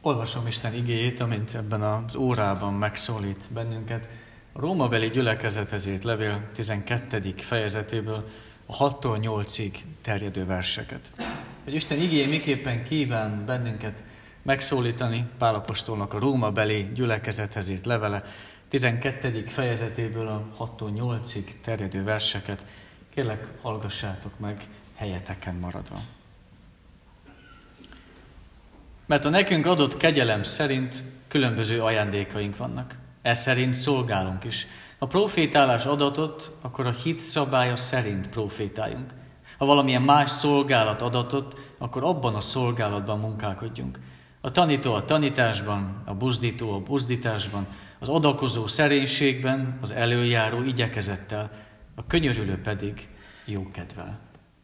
Olvasom Isten igéjét, amint ebben az órában megszólít bennünket. A rómabeli gyülekezethez írt levél 12. fejezetéből a 6-tól 8-ig terjedő verseket. Hogy Isten igéje miképpen kíván bennünket megszólítani, Pál apostolnak a rómabeli gyülekezethez írt levele 12. fejezetéből a 6-tól 8-ig terjedő verseket. Kérlek, hallgassátok meg helyeteken maradva. Mert a nekünk adott kegyelem szerint különböző ajándékaink vannak. Ez szerint szolgálunk is. Ha profétálás adatot, akkor a hit szabálya szerint profétáljunk. Ha valamilyen más szolgálat adatot, akkor abban a szolgálatban munkálkodjunk. A tanító a tanításban, a buzdító a buzdításban, az adakozó szerénységben, az elöljáró igyekezettel, a könyörülő pedig jókedvel.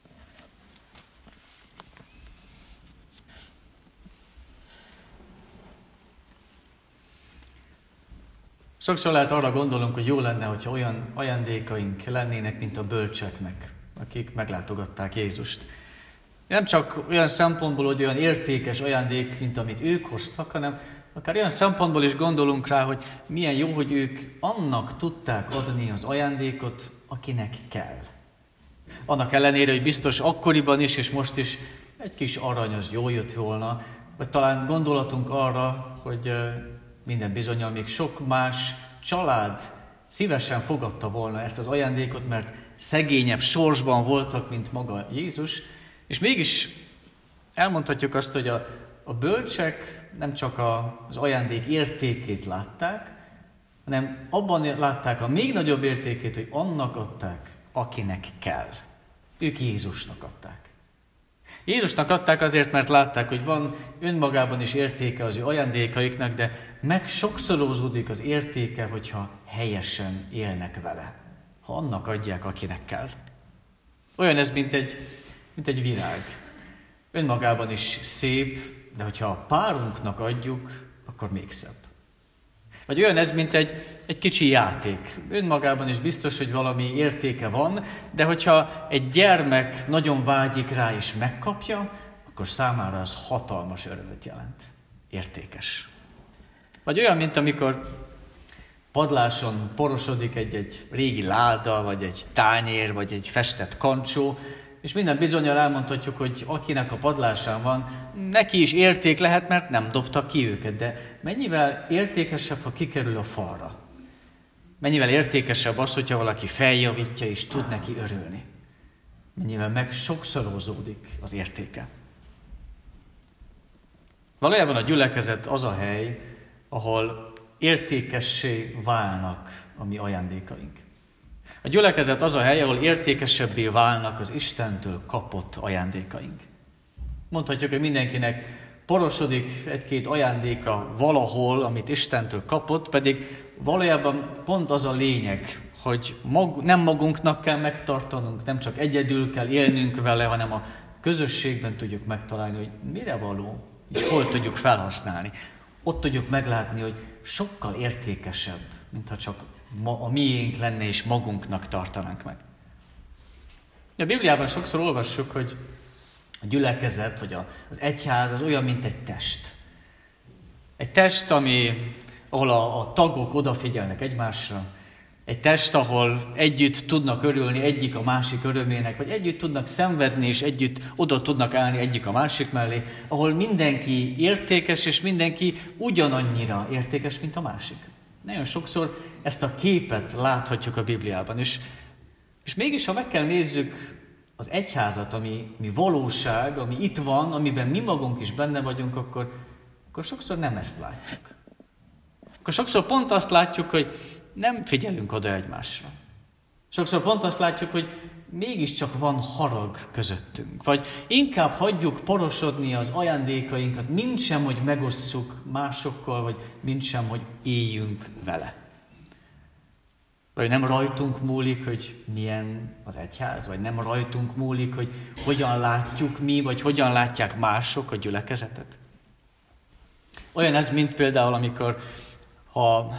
Sokszor lehet arra gondolunk, hogy jó lenne, hogyha olyan ajándékaink lennének, mint a bölcseknek, akik meglátogatták Jézust. Nem csak olyan szempontból, hogy olyan értékes ajándék, mint amit ők hoztak, hanem akár olyan szempontból is gondolunk rá, hogy milyen jó, hogy ők annak tudták adni az ajándékot, akinek kell. Annak ellenére, hogy biztos akkoriban is, és most is egy kis arany az jól jött volna, vagy talán gondolatunk arra, hogy minden bizonnyal még sok más család szívesen fogadta volna ezt az ajándékot, mert szegényebb sorsban voltak, mint maga Jézus, és mégis elmondhatjuk azt, hogy a bölcsek nem csak az ajándék értékét látták, hanem abban látták a még nagyobb értékét, hogy annak adták, akinek kell. Ők Jézusnak adták. Jézusnak adták azért, mert látták, hogy van önmagában is értéke az ő ajándékaiknak, de meg sokszorozódik az értéke, hogyha helyesen élnek vele. Ha annak adják, akinek kell. Olyan ez, mint egy virág. Önmagában is szép, de hogyha a párunknak adjuk, akkor még szebb. Vagy olyan ez, mint egy kicsi játék. Önmagában is biztos, hogy valami értéke van, de hogyha egy gyermek nagyon vágyik rá és megkapja, akkor számára az hatalmas örömöt jelent. Értékes. Vagy olyan, mint amikor padláson porosodik egy régi láda, vagy egy tányér, vagy egy festett kancsó, és minden bizonnyal elmondhatjuk, hogy akinek a padlásán van, neki is érték lehet, mert nem dobta ki őket, de mennyivel értékesebb, ha kikerül a falra? Mennyivel értékesebb az, hogyha valaki feljavítja és tud neki örülni? Mennyivel meg sokszorozódik az értéke? Valójában a gyülekezet az a hely, ahol értékessé válnak a mi ajándékaink. A gyülekezet az a hely, ahol értékesebbé válnak az Istentől kapott ajándékaink. Mondhatjuk, hogy mindenkinek porosodik egy-két ajándéka valahol, amit Istentől kapott, pedig valójában pont az a lényeg, hogy nem magunknak kell megtartanunk, nem csak egyedül kell élnünk vele, hanem a közösségben tudjuk megtalálni, hogy mire való, és hol tudjuk felhasználni. Ott tudjuk meglátni, hogy sokkal értékesebb, mintha csak a miénk lenne, és magunknak tartanánk meg. A Bibliában sokszor olvassuk, hogy a gyülekezet, vagy az egyház az olyan, mint egy test. Egy test, ahol a tagok odafigyelnek egymásra. Egy test, ahol együtt tudnak örülni egyik a másik örömének, vagy együtt tudnak szenvedni, és együtt oda tudnak állni egyik a másik mellé, ahol mindenki értékes, és mindenki ugyanannyira értékes, mint a másik. Nagyon sokszor ezt a képet láthatjuk a Bibliában is. És mégis, ha meg kell nézzük az egyházat, ami valóság, ami itt van, amiben mi magunk is benne vagyunk, akkor sokszor nem ezt látjuk. Akkor sokszor pont azt látjuk, hogy nem figyelünk oda egymásra. Sokszor pont azt látjuk, hogy mégiscsak van harag közöttünk. Vagy inkább hagyjuk porosodni az ajándékainkat, mintsem, hogy megosszuk másokkal, vagy mintsem, hogy éljünk vele. Vagy nem rajtunk múlik, hogy milyen az egyház, vagy nem rajtunk múlik, hogy hogyan látjuk mi, vagy hogyan látják mások a gyülekezetet. Olyan ez, mint például, amikor ha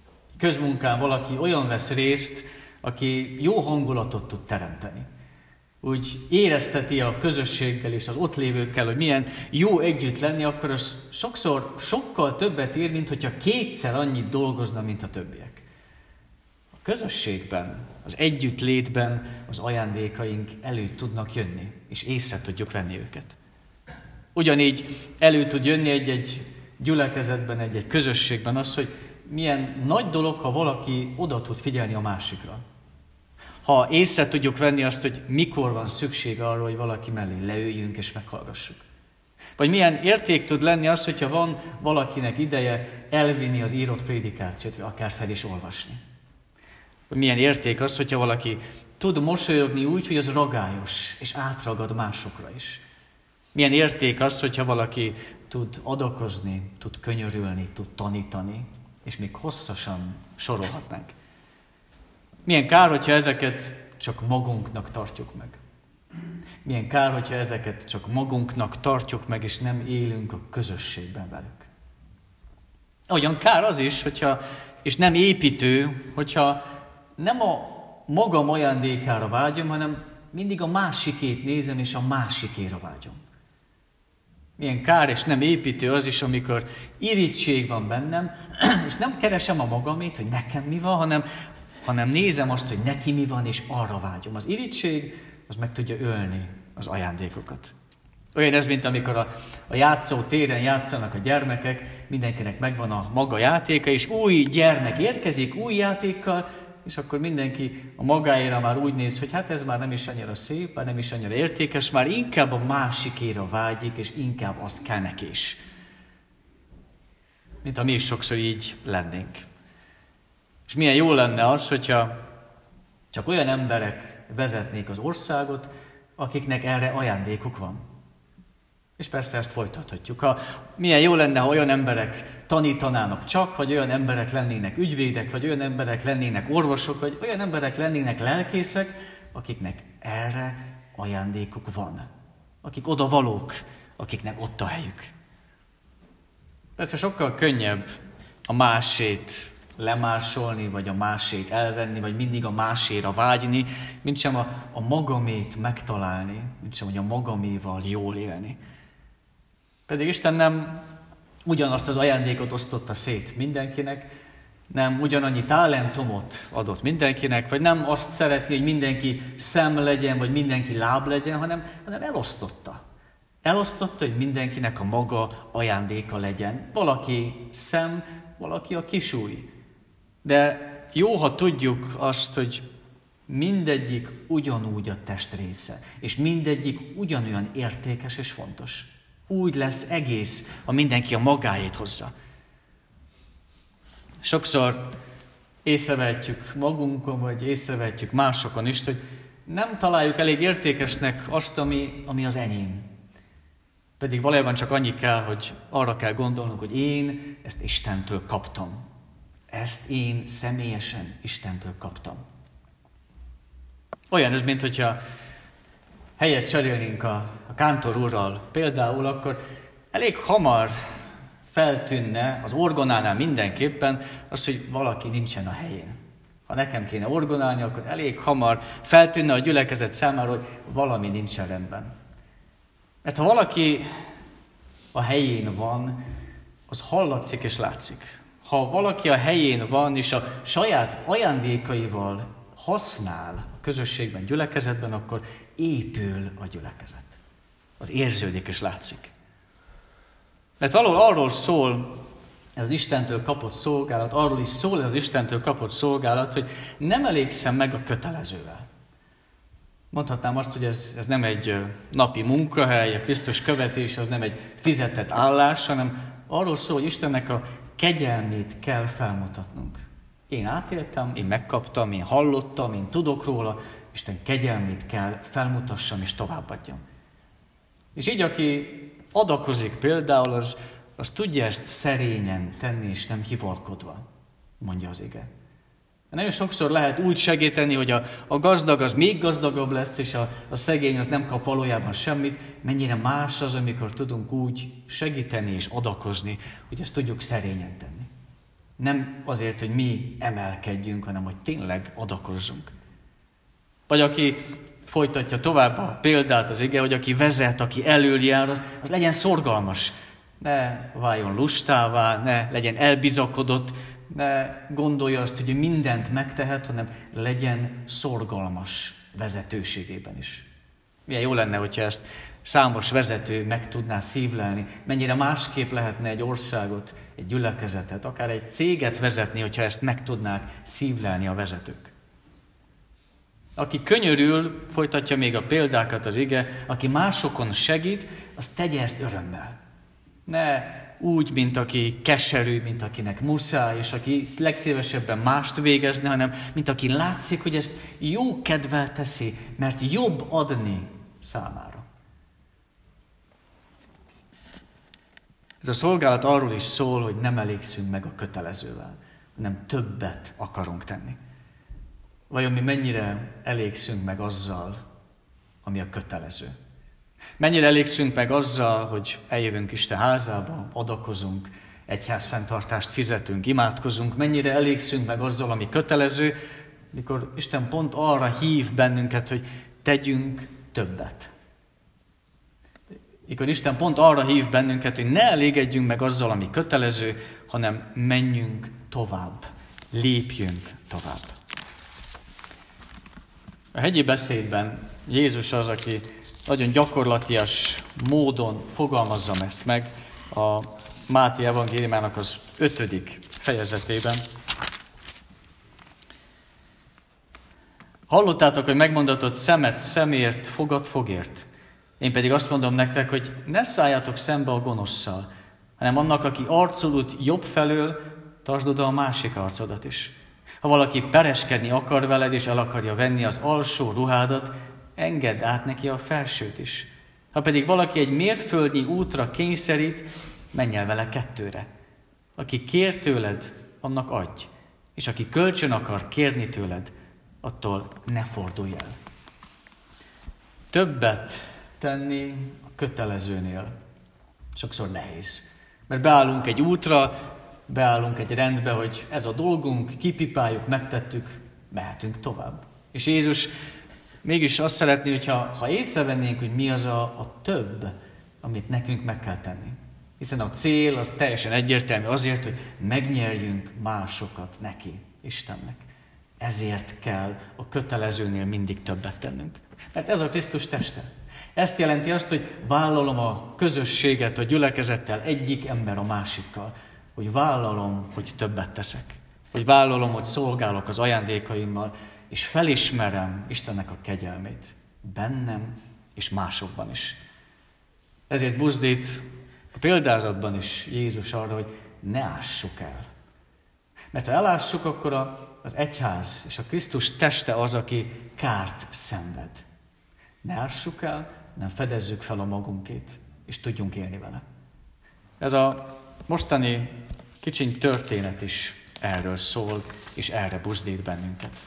közmunkán valaki olyan vesz részt, aki jó hangulatot tud teremteni. úgy érezteti a közösséggel és az ott lévőkkel, hogy milyen jó együtt lenni, akkor az sokszor sokkal többet ér, mint hogyha kétszer annyit dolgozna, mint a többiek. A közösségben, az együttlétben az ajándékaink elő tudnak jönni, és észre tudjuk venni őket. Ugyanígy elő tud jönni egy gyülekezetben, egy közösségben az, hogy milyen nagy dolog, ha valaki oda tud figyelni a másikra. Ha észre tudjuk venni azt, hogy mikor van szükség arra, hogy valaki mellé leüljünk és meghallgassuk. Vagy milyen érték tud lenni az, hogyha van valakinek ideje elvinni az írott prédikációt, vagy akár fel is olvasni. Vagy milyen érték az, hogyha valaki tud mosolyogni úgy, hogy az ragályos, és átragad másokra is. Milyen érték az, hogyha valaki tud adakozni, tud könyörülni, tud tanítani, és még hosszasan sorolhatnánk. Milyen kár, hogyha ezeket csak magunknak tartjuk meg. Milyen kár, hogyha ezeket csak magunknak tartjuk meg, és nem élünk a közösségben velük. Olyan kár az is, és nem építő, hogyha nem a magam ajándékára vágyom, hanem mindig a másikét nézem, és a másikéra vágyom. Milyen kár és nem építő az is, amikor irigység van bennem, és nem keresem a magamét, hogy nekem mi van, hanem nézem azt, hogy neki mi van, és arra vágyom. Az irigység, az meg tudja ölni az ajándékokat. Olyan ez, mint amikor a játszó téren játszanak a gyermekek, mindenkinek megvan a maga játéka, és új gyermek érkezik új játékkal, és akkor mindenki a magáéra már úgy néz, hogy hát ez már nem is annyira szép, már nem is annyira értékes, már inkább a másikéra vágyik, és inkább azt kell neki is. Mint mi is sokszor így lennénk. És milyen jó lenne az, hogyha csak olyan emberek vezetnék az országot, akiknek erre ajándékuk van. És persze ezt folytathatjuk. Milyen jó lenne, ha olyan emberek tanítanának csak, vagy olyan emberek lennének ügyvédek, vagy olyan emberek lennének orvosok, vagy olyan emberek lennének lelkészek, akiknek erre ajándékuk van. Akik oda valók, akiknek ott a helyük. Persze sokkal könnyebb a másét lemásolni, vagy a másét elvenni, vagy mindig a máséra vágyni, mint sem a magamét megtalálni, mint sem, hogy a magaméval jól élni. Pedig Isten nem ugyanazt az ajándékot osztotta szét mindenkinek, nem ugyanannyi talentumot adott mindenkinek, vagy nem azt szeretné, hogy mindenki szem legyen, vagy mindenki láb legyen, hanem elosztotta. Elosztotta, hogy mindenkinek a maga ajándéka legyen. Valaki szem, valaki a kisúj. De jó, ha tudjuk azt, hogy mindegyik ugyanúgy a test része, és mindegyik ugyanolyan értékes és fontos. Úgy lesz egész, ha mindenki a magáét hozza. Sokszor észrevehetjük magunkon, vagy észrevehetjük másokon is, hogy nem találjuk elég értékesnek azt, ami az enyém. Pedig valójában csak annyi kell, hogy arra kell gondolnunk, hogy én ezt Istentől kaptam. Ezt én személyesen Istentől kaptam. Olyan ez, mint hogyha helyet cserélnénk a kántor úrral például, akkor elég hamar feltűnne az orgonánál mindenképpen az, hogy valaki nincsen a helyén. Ha nekem kéne orgonálni, akkor elég hamar feltűnne a gyülekezet számára, hogy valami nincsen rendben. Mert ha valaki a helyén van, az hallatszik és látszik. Ha valaki a helyén van, és a saját ajándékaival használ a közösségben, gyülekezetben, akkor épül a gyülekezet. Az érződik és látszik. Mert valahol arról szól ez az Istentől kapott szolgálat, arról is szól ez az Istentől kapott szolgálat, hogy nem elégszem meg a kötelezővel. Mondhatnám azt, hogy ez nem egy napi munkahely, a Krisztus követése, az nem egy fizetett állás, hanem arról szól, hogy Istennek a kegyelmét kell felmutatnunk. Én átéltem, én megkaptam, én hallottam, én tudok róla, Isten kegyelmét kell felmutassam és továbbadjam. És így, aki adakozik például, az tudja ezt szerényen tenni, és nem hivalkodva, mondja az ige. Nagyon sokszor lehet úgy segíteni, hogy a gazdag az még gazdagabb lesz, és a szegény az nem kap valójában semmit. Mennyire más az, amikor tudunk úgy segíteni és adakozni, hogy ezt tudjuk szerényen tenni. Nem azért, hogy mi emelkedjünk, hanem hogy tényleg adakozzunk. Vagy aki folytatja tovább a példát az ige, hogy aki vezet, aki elől jár, az legyen szorgalmas. Ne váljon lustává, ne legyen elbizakodott, ne gondolja azt, hogy mindent megtehet, hanem legyen szorgalmas vezetőségében is. Milyen jó lenne, hogyha ezt számos vezető meg tudná szívlelni. Mennyire másképp lehetne egy országot, egy gyülekezetet, akár egy céget vezetni, hogyha ezt meg tudnák szívlelni a vezetők. Aki könyörül, folytatja még a példákat az ige, aki másokon segít, az tegye ezt örömmel. Ne úgy, mint aki keserű, mint akinek muszáj, és aki legszívesebben mást végezne, hanem mint aki látszik, hogy ezt jó kedvel teszi, mert jobb adni számára. Ez a szolgálat arról is szól, hogy nem elégszünk meg a kötelezővel, hanem többet akarunk tenni. Vajon mi mennyire elégszünk meg azzal, ami a kötelező? Mennyire elégszünk meg azzal, hogy eljövünk Isten házába, adakozunk, egyházfenntartást fizetünk, imádkozunk? Mennyire elégszünk meg azzal, ami kötelező, mikor Isten pont arra hív bennünket, hogy tegyünk többet? Mikor Isten pont arra hív bennünket, hogy ne elégedjünk meg azzal, ami kötelező, hanem menjünk tovább, lépjünk tovább. A hegyi beszédben Jézus az, aki nagyon gyakorlatias módon fogalmazza ezt meg a Máté evangéliumának az 5. fejezetében. Hallottátok, hogy megmondatott szemet szemért, fogad fogért. Én pedig azt mondom nektek, hogy ne szálljatok szembe a gonoszszal, hanem annak, aki arcodat jobb felől, tartsd oda a másik arcodat is. Ha valaki pereskedni akar veled, és el akarja venni az alsó ruhádat, engedd át neki a felsőt is. Ha pedig valaki egy mérföldnyi útra kényszerít, menj el vele 2-re. Aki kér tőled, annak adj, és aki kölcsön akar kérni tőled, attól ne fordulj el. Többet tenni a kötelezőnél sokszor nehéz. Mert beállunk egy útra, beállunk egy rendbe, hogy ez a dolgunk, kipipáljuk, megtettük, mehetünk tovább. És Jézus mégis azt szeretné, hogyha észrevennénk, hogy mi az a több, amit nekünk meg kell tenni. Hiszen a cél az teljesen egyértelmű azért, hogy megnyerjünk másokat neki, Istennek. Ezért kell a kötelezőnél mindig többet tennünk. Mert ez a Krisztus teste. Ezt jelenti azt, hogy vállalom a közösséget a gyülekezettel, egyik ember a másikkal. Hogy vállalom, hogy többet teszek. Hogy vállalom, hogy szolgálok az ajándékaimmal, és felismerem Istennek a kegyelmét. Bennem és másokban is. Ezért buzdít a példázatban is Jézus arra, hogy ne ássuk el. Mert ha elássuk, akkor az egyház és a Krisztus teste az, aki kárt szenved. Ne ássuk el, nem fedezzük fel a magunkét, és tudjunk élni vele. Ez a mostani kicsiny történet is erről szól, és erre buzdít bennünket.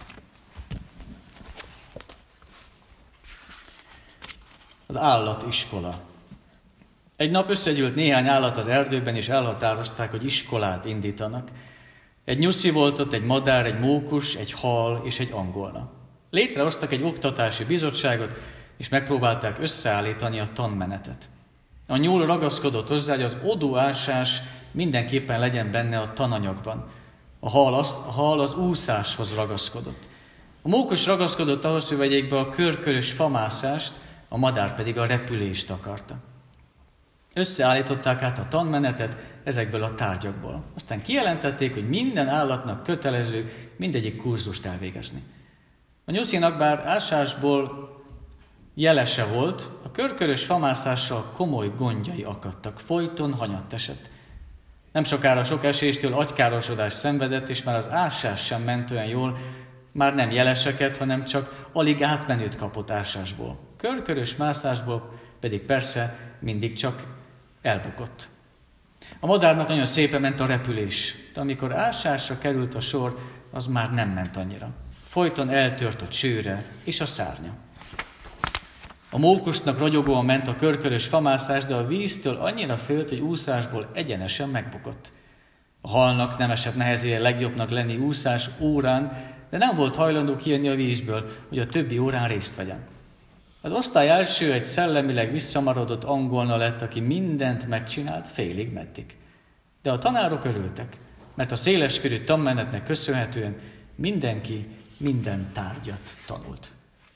Az állatiskola. Egy nap összegyűlt néhány állat az erdőben, és elhatározták, hogy iskolát indítanak. Egy nyuszi volt ott, egy madár, egy mókus, egy hal és egy angolna. Létrehoztak egy oktatási bizottságot, és megpróbálták összeállítani a tanmenetet. A nyúl ragaszkodott hozzá, hogy az odóásás mindenképpen legyen benne a tananyagban. A hal az úszáshoz ragaszkodott. A mókus ragaszkodott ahhoz, hogy vegyék be a körkörös famászást, a madár pedig a repülést akarta. Összeállították át a tanmenetet ezekből a tárgyakból. Aztán kijelentették, hogy minden állatnak kötelező mindegyik kurzust elvégezni. A nyuszinak bár ásásból jelese volt, a körkörös famászással komoly gondjai akadtak, folyton hanyatt esett. Nem sokára sok eséstől agykárosodást szenvedett, és már az ásás sem ment olyan jól, már nem jeleseket, hanem csak alig átmenőt kapott ásásból. Körkörös mászásból pedig persze mindig csak elbukott. A madárnak nagyon szépen ment a repülés, de amikor ásásra került a sor, az már nem ment annyira. Folyton eltört a csőre és a szárnya. A mókusnak ragyogóan ment a körkörös famászás, de a víztől annyira félt, hogy úszásból egyenesen megbukott. A halnak nem esett nehezére legjobbnak lenni úszás órán, de nem volt hajlandó kijönni a vízből, hogy a többi órán részt vegyen. Az osztály első egy szellemileg visszamaradott angolna lett, aki mindent megcsinált félig meddig. De a tanárok örültek, mert a széleskörű tanmenetnek köszönhetően mindenki minden tárgyat tanult.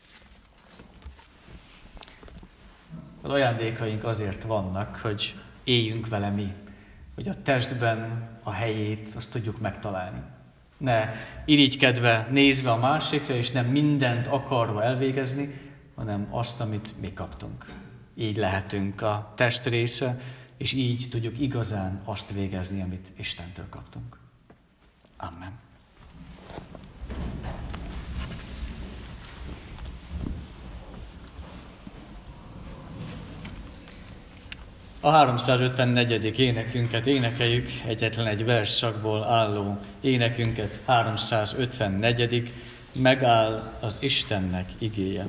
Az ajándékaink azért vannak, hogy éljünk vele mi, hogy a testben a helyét azt tudjuk megtalálni. Ne irigykedve nézve a másikra, és nem mindent akarva elvégezni, hanem azt, amit mi kaptunk. Így lehetünk a test része, és így tudjuk igazán azt végezni, amit Istentől kaptunk. Amen. A 354. énekünket énekeljük, egyetlen egy versszakból álló énekünket, 354. Megáll az Istennek igéje.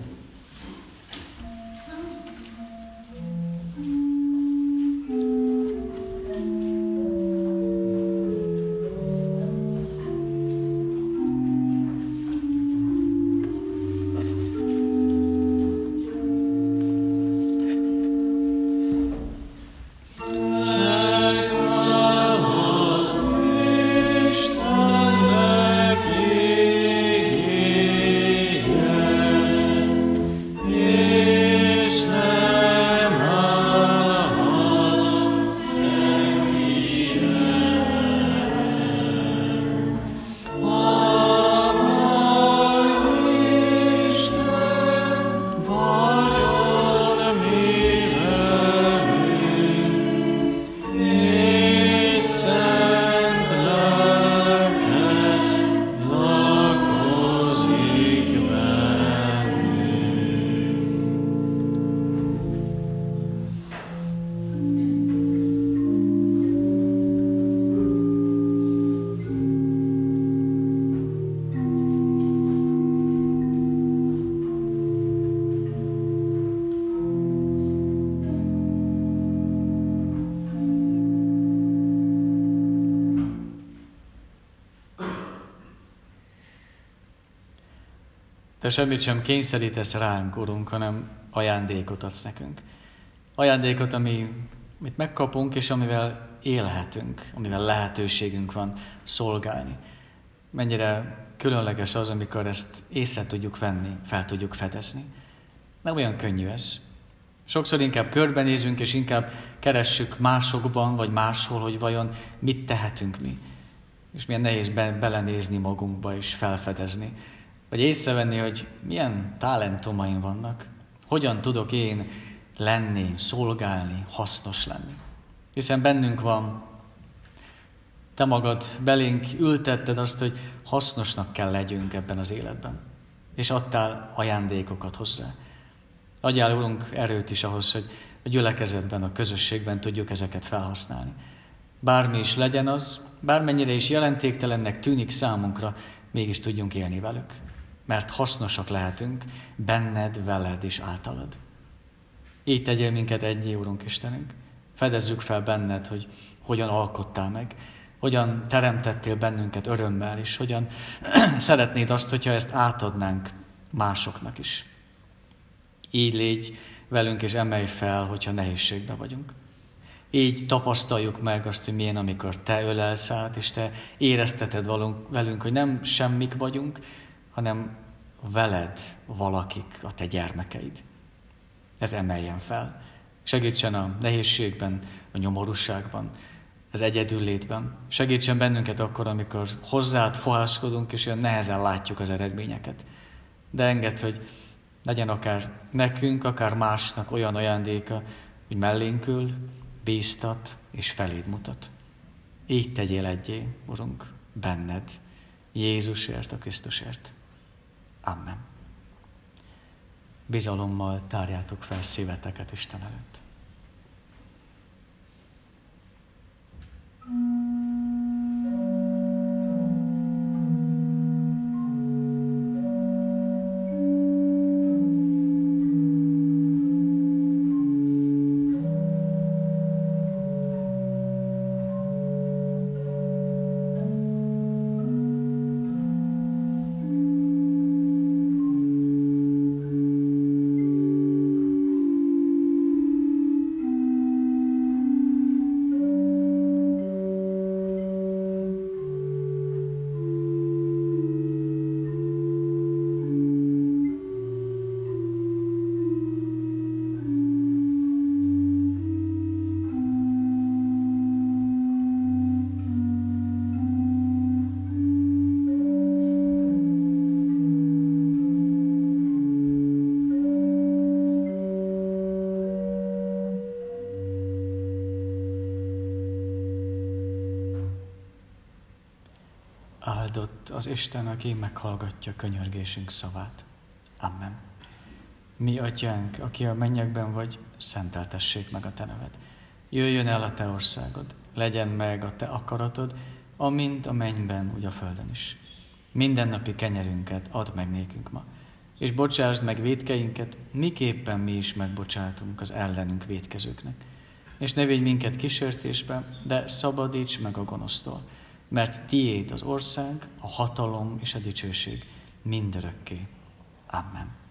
Te semmit sem kényszerítesz ránk, Urunk, hanem ajándékot adsz nekünk. Ajándékot, amit megkapunk, és amivel élhetünk, amivel lehetőségünk van szolgálni. Mennyire különleges az, amikor ezt észre tudjuk venni, fel tudjuk fedezni. Nem olyan könnyű ez. Sokszor inkább körbenézünk, és inkább keressük másokban, vagy máshol, hogy vajon mit tehetünk mi. És milyen nehéz belenézni magunkba, és felfedezni. Vagy észrevenni, hogy milyen talentumaim vannak, hogyan tudok én lenni, szolgálni, hasznos lenni. Hiszen bennünk van, te magad belénk ültetted azt, hogy hasznosnak kell legyünk ebben az életben. És adtál ajándékokat hozzá. Adjál, Urunk, erőt is ahhoz, hogy a gyülekezetben, a közösségben tudjuk ezeket felhasználni. Bármi is legyen az, bármennyire is jelentéktelennek tűnik számunkra, mégis tudjunk élni velük. Mert hasznosak lehetünk benned, veled és általad. Így tegyél minket egyé, Urunk Istenünk. Fedezzük fel benned, hogy hogyan alkottál meg, hogyan teremtettél bennünket örömmel, és hogyan szeretnéd azt, hogyha ezt átadnánk másoknak is. Így légy velünk, és emelj fel, hogyha nehézségben vagyunk. Így tapasztaljuk meg azt, hogy milyen, amikor te ölelsz át, és te érezteted velünk, hogy nem semmik vagyunk, hanem veled valakik, a te gyermekeid. Ez emeljen fel. Segítsen a nehézségben, a nyomorúságban, az egyedüllétben. Segítsen bennünket akkor, amikor hozzád fohászkodunk, és olyan nehezen látjuk az eredményeket. De engedd, hogy legyen akár nekünk, akár másnak olyan ajándéka, hogy mellénk ül, bíztat és feléd mutat. Így tegyél egyé, Urunk, benned, Jézusért, a Krisztusért. Amen. Bizalommal tárjátok fel szíveteket Isten előtt. Áldott az Isten, aki meghallgatja könyörgésünk szavát. Amen. Mi atyánk, aki a mennyekben vagy, szenteltessék meg a te neved. Jöjjön el a te országod, legyen meg a te akaratod, amint a mennyben, úgy a földön is. Mindennapi kenyerünket add meg nékünk ma, és bocsásd meg vétkeinket, miképpen mi is megbocsátunk az ellenünk vétkezőknek. És ne vigy minket kísértésbe, de szabadíts meg a gonosztól, mert tiéd az ország, a hatalom és a dicsőség mindörökké. Amen.